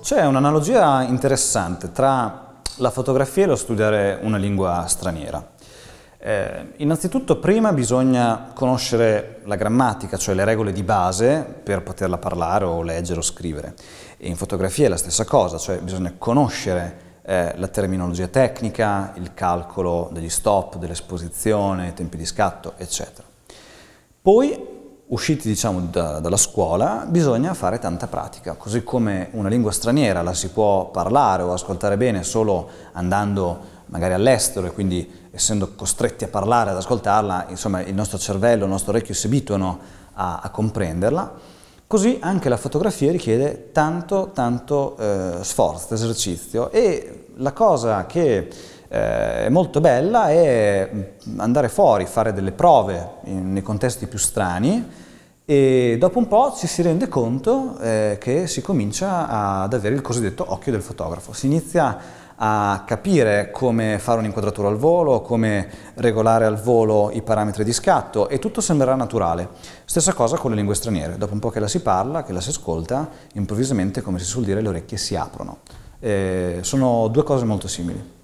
C'è un'analogia interessante tra la fotografia e lo studiare una lingua straniera. Innanzitutto prima bisogna conoscere la grammatica, cioè le regole di base per poterla parlare o leggere o scrivere. E in fotografia è la stessa cosa, cioè bisogna conoscere la terminologia tecnica, il calcolo degli stop, dell'esposizione, i tempi di scatto, eccetera. Poi, usciti dalla scuola, bisogna fare tanta pratica, così come una lingua straniera la si può parlare o ascoltare bene solo andando magari all'estero e quindi essendo costretti a parlare, ad ascoltarla, insomma il nostro cervello, il nostro orecchio si abituano a comprenderla, così anche la fotografia richiede tanto sforzo, esercizio, e la cosa che è molto bella è andare fuori, fare delle prove nei contesti più strani e dopo un po' ci si rende conto che si comincia ad avere il cosiddetto occhio del fotografo. Si inizia a capire come fare un'inquadratura al volo, come regolare al volo i parametri di scatto e tutto sembrerà naturale. Stessa cosa con le lingue straniere, dopo un po' che la si parla, che la si ascolta, improvvisamente, come si suol dire, le orecchie si aprono. Sono due cose molto simili.